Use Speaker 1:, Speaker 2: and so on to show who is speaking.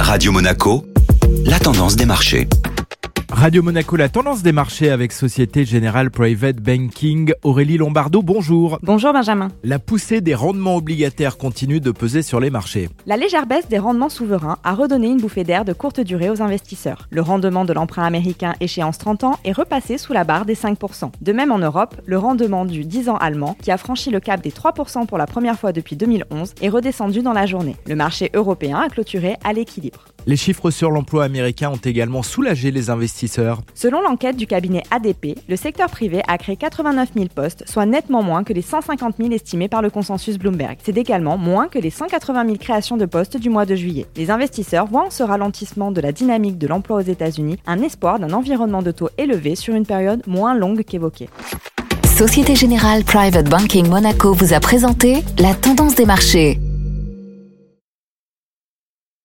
Speaker 1: Radio Monaco, la tendance des marchés.
Speaker 2: Radio Monaco, la tendance des marchés avec Société Générale Private Banking. Aurélie Lombardo, bonjour.
Speaker 3: Bonjour Benjamin.
Speaker 2: La poussée des rendements obligataires continue de peser sur les marchés.
Speaker 3: La légère baisse des rendements souverains a redonné une bouffée d'air de courte durée aux investisseurs. Le rendement de l'emprunt américain échéance 30 ans est repassé sous la barre des 5%. De même en Europe, le rendement du 10 ans allemand, qui a franchi le cap des 3% pour la première fois depuis 2011, est redescendu dans la journée. Le marché européen a clôturé à l'équilibre.
Speaker 2: Les chiffres sur l'emploi américain ont également soulagé les investisseurs.
Speaker 3: Selon l'enquête du cabinet ADP, le secteur privé a créé 89 000 postes, soit nettement moins que les 150 000 estimés par le consensus Bloomberg. C'est également moins que les 180 000 créations de postes du mois de juillet. Les investisseurs voient en ce ralentissement de la dynamique de l'emploi aux États-Unis un espoir d'un environnement de taux élevé sur une période moins longue qu'évoquée.
Speaker 4: Société Générale Private Banking Monaco vous a présenté la tendance des marchés.